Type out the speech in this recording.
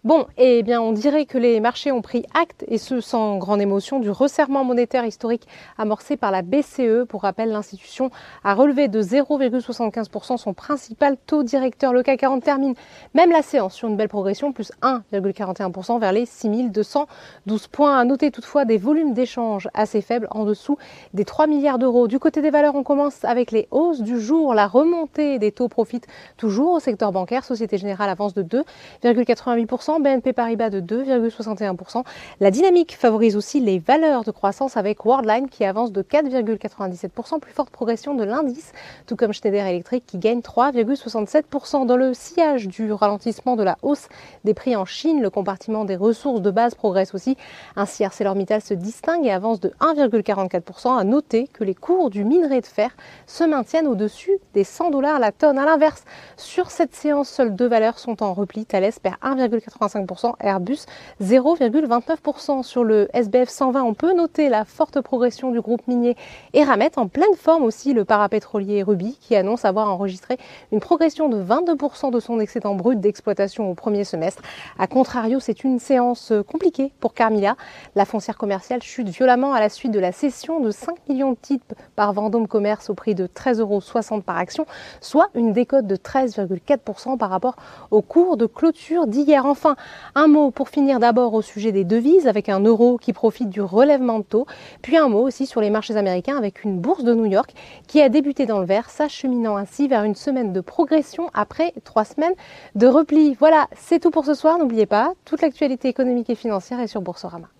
Bon, eh bien, on dirait que les marchés ont pris acte, et ce sans grande émotion, du resserrement monétaire historique amorcé par la BCE. Pour rappel, l'institution a relevé de 0,75% son principal taux directeur. Le CAC 40 termine même la séance sur une belle progression, plus 1,41% vers les 6212 points. À noter toutefois des volumes d'échanges assez faibles, en dessous des 3 milliards d'euros. Du côté des valeurs, on commence avec les hausses du jour. La remontée des taux profite toujours au secteur bancaire. Société Générale avance de 2,88%. BNP Paribas de 2,61%. La dynamique favorise aussi les valeurs de croissance avec Worldline qui avance de 4,97%, plus forte progression de l'indice, tout comme Schneider Electric qui gagne 3,67%. Dans le sillage du ralentissement de la hausse des prix en Chine, le compartiment des ressources de base progresse aussi. Ainsi, ArcelorMittal se distingue et avance de 1,44%. À noter que les cours du minerai de fer se maintiennent au-dessus des $100 la tonne. À l'inverse, sur cette séance, seules deux valeurs sont en repli. Thales perd 1,85%, Airbus 0,29%. Sur le SBF 120, on peut noter la forte progression du groupe minier Eramet. En pleine forme aussi le parapétrolier Ruby qui annonce avoir enregistré une progression de 22% de son excédent brut d'exploitation au premier semestre. A contrario, c'est une séance compliquée pour Carmila. La foncière commerciale chute violemment à la suite de la cession de 5 millions de titres par Vendôme Commerce au prix de 13,60 € par action, soit une décote de 13,4% par rapport au cours de clôture d'hier. Enfin, un mot pour finir d'abord au sujet des devises avec un euro qui profite du relèvement de taux, puis un mot aussi sur les marchés américains avec une bourse de New York qui a débuté dans le vert, s'acheminant ainsi vers une semaine de progression après 3 semaines de repli. Voilà, c'est tout pour ce soir. N'oubliez pas, toute l'actualité économique et financière est sur Boursorama.